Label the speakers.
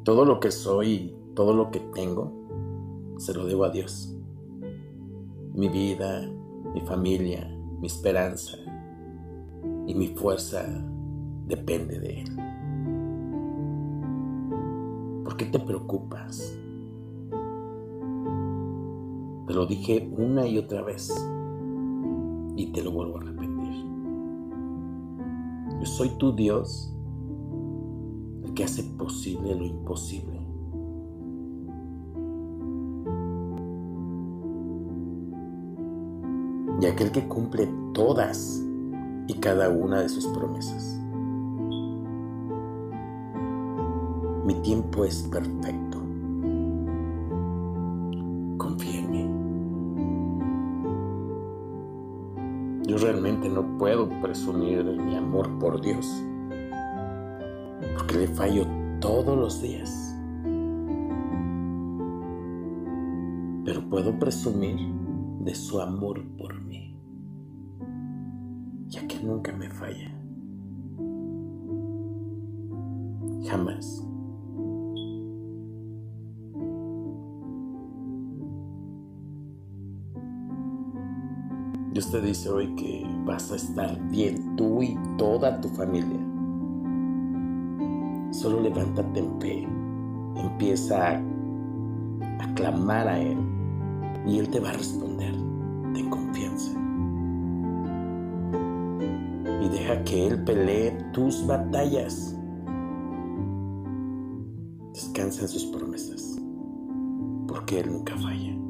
Speaker 1: Todo lo que soy y todo lo que tengo, se lo debo a Dios. Mi vida, mi familia, mi esperanza y mi fuerza depende de Él. ¿Por qué te preocupas? Te lo dije una y otra vez y te lo vuelvo a repetir. Yo soy tu Dios, el que hace posible lo imposible. Y aquel que cumple todas y cada una de sus promesas. Mi tiempo es perfecto. Confía en mí. Yo realmente no puedo presumir de mi amor por Dios, porque le fallo todos los días. Pero puedo presumir de su amor por mí, ya que nunca me falla. Jamás. Dios te dice hoy que vas a estar bien, tú y toda tu familia. Solo levántate en fe, empieza a clamar a Él y Él te va a responder. Ten confianza y deja que Él pelee tus batallas. Descansa en sus promesas, porque Él nunca falla.